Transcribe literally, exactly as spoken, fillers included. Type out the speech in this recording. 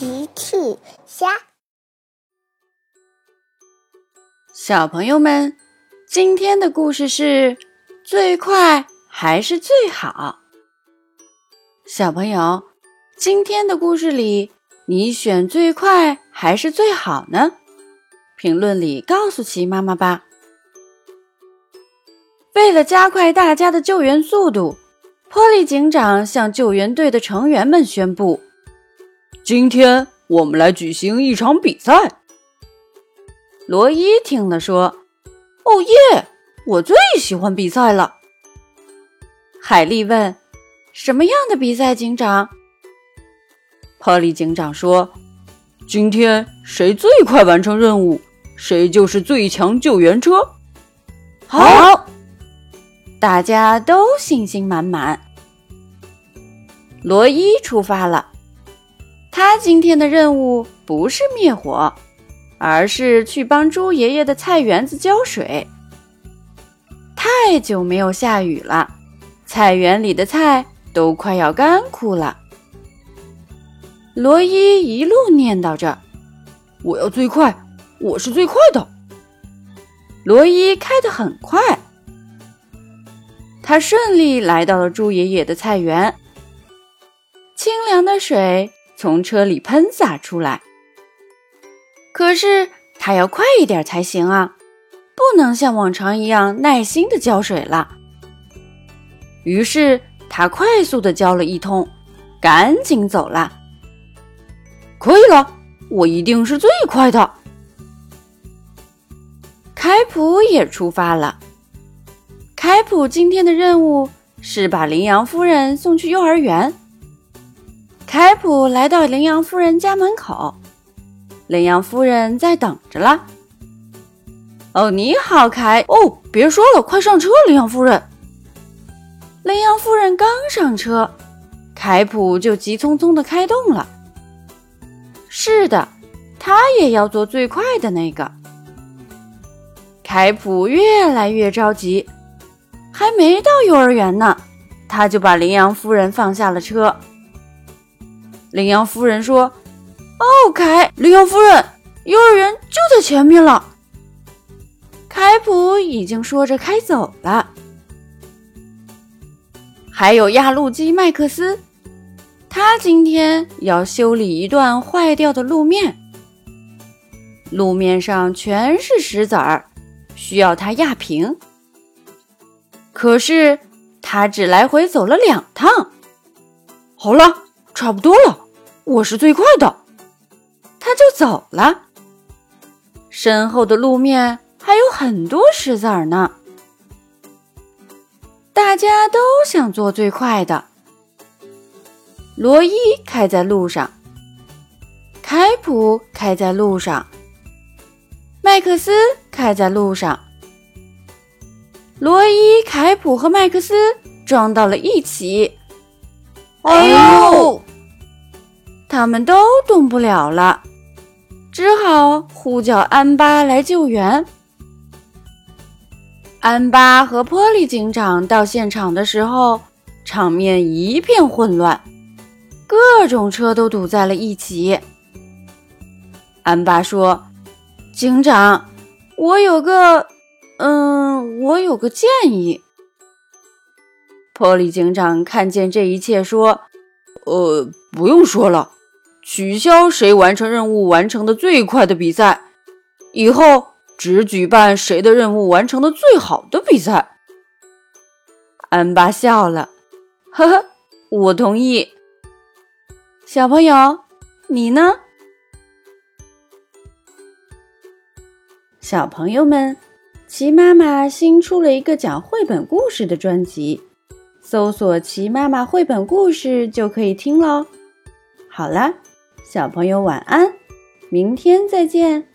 奇趣虾。 小朋友们，今天的故事是最快还是最好？小朋友，今天的故事里，你选最快还是最好呢？评论里告诉奇妈妈吧。为了加快大家的救援速度，波利警长向救援队的成员们宣布， 今天我们来举行一场比赛。 罗伊听了说，哦耶，我最喜欢比赛了。海莉问，什么样的比赛，警长？ 波利警长说，今天谁最快完成任务，谁就是最强救援车。 好，大家都信心满满。罗伊出发了，他今天的任务不是灭火，而是去帮猪爷爷的菜园子浇水。太久没有下雨了，菜园里的菜都快要干枯了。罗伊一路念叨着， 我要最快，我是最快的。 罗伊开得很快，他顺利来到了猪爷爷的菜园。清凉的水从车里喷洒出来，可是他要快一点才行啊，不能像往常一样耐心地浇水了。于是他快速地浇了一通，赶紧走了。 可以了，我一定是最快的。 开普也出发了。开普今天的任务是把羚羊夫人送去幼儿园。开普来到羚羊夫人家门口，羚羊夫人在等着了。哦，你好，凯。 哦，别说了，快上车，羚羊夫人。 羚羊夫人刚上车，凯普就急匆匆地开动了。是的，他也要做最快的那个。凯普越来越着急，还没到幼儿园呢，他就把羚羊夫人放下了车。羚羊夫人说，哦，凯， 羚羊夫人， 幼儿园就在前面了。凯普已经说着开走了。还有压路机麦克斯，他今天要修理一段坏掉的路面，路面上全是石子儿，需要他压平。可是他只来回走了两趟。 好了，差不多了，我是最快的。 他就走了。身后的路面还有很多石子儿呢。大家都想做最快的。罗伊开在路上，开普开在路上，麦克斯开在路上。罗伊、凯普和麦克斯撞到了一起。 哎呦！ 他们都动不了了，只好呼叫安巴来救援。安巴和波利警长到现场的时候，场面一片混乱，各种车都堵在了一起。安巴说，警长，我有个嗯，我有个建议。波利警长看见这一切说， 呃，不用说了，取消谁完成任务完成的最快的比赛，以后只举办谁的任务完成的最好的比赛。 安巴笑了，呵呵，我同意。小朋友，你呢？小朋友们，奇妈妈新出了一个讲绘本故事的专辑，搜索奇妈妈绘本故事就可以听咯。好啦，小朋友晚安，明天再见。